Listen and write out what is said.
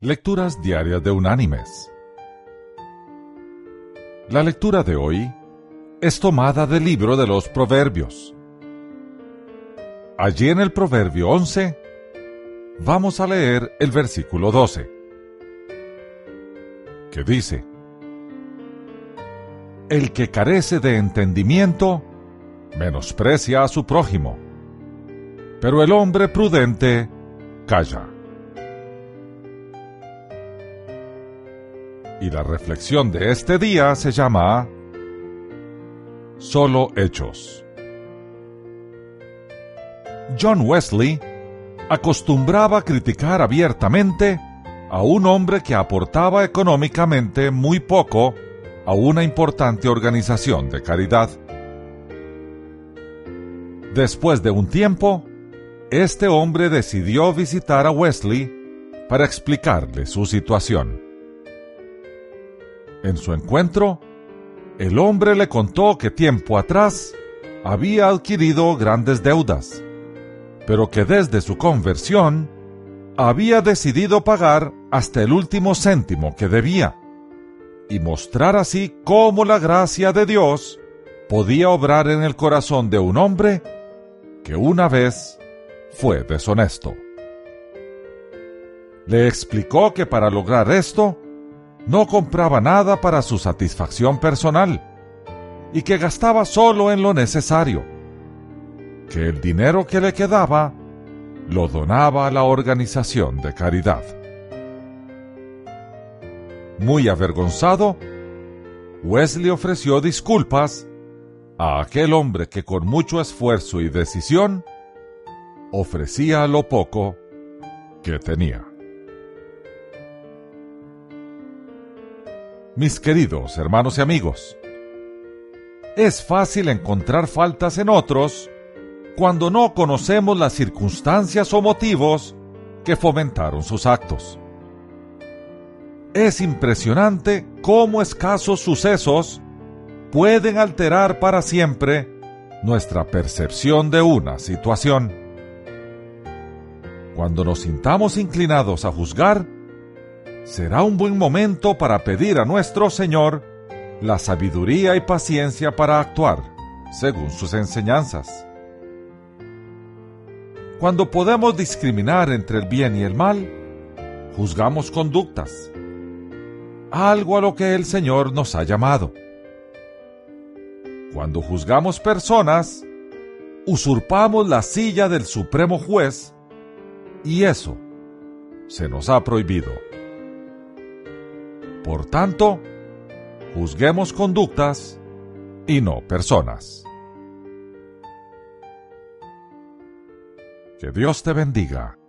Lecturas diarias de Unánimes. La lectura de hoy es tomada del libro de los Proverbios. Allí en el Proverbio 11 vamos a leer el versículo 12, que dice: El que carece de entendimiento menosprecia a su prójimo, pero el hombre prudente calla. Y la reflexión de este día se llama Solo Hechos. John Wesley acostumbraba criticar abiertamente a un hombre que aportaba económicamente muy poco a una importante organización de caridad. Después de un tiempo, este hombre decidió visitar a Wesley para explicarle su situación. En su encuentro, el hombre le contó que tiempo atrás había adquirido grandes deudas, pero que desde su conversión había decidido pagar hasta el último céntimo que debía, y mostrar así cómo la gracia de Dios podía obrar en el corazón de un hombre que una vez fue deshonesto. Le explicó que para lograr esto, no compraba nada para su satisfacción personal y que gastaba solo en lo necesario, que el dinero que le quedaba lo donaba a la organización de caridad. Muy avergonzado, Wesley ofreció disculpas a aquel hombre que con mucho esfuerzo y decisión ofrecía lo poco que tenía. Mis queridos hermanos y amigos, es fácil encontrar faltas en otros cuando no conocemos las circunstancias o motivos que fomentaron sus actos. Es impresionante cómo escasos sucesos pueden alterar para siempre nuestra percepción de una situación. Cuando nos sintamos inclinados a juzgar, será un buen momento para pedir a nuestro Señor la sabiduría y paciencia para actuar según sus enseñanzas. Cuando podemos discriminar entre el bien y el mal, juzgamos conductas, algo a lo que el Señor nos ha llamado. Cuando juzgamos personas, usurpamos la silla del Supremo Juez, y eso se nos ha prohibido. Por tanto, juzguemos conductas y no personas. Que Dios te bendiga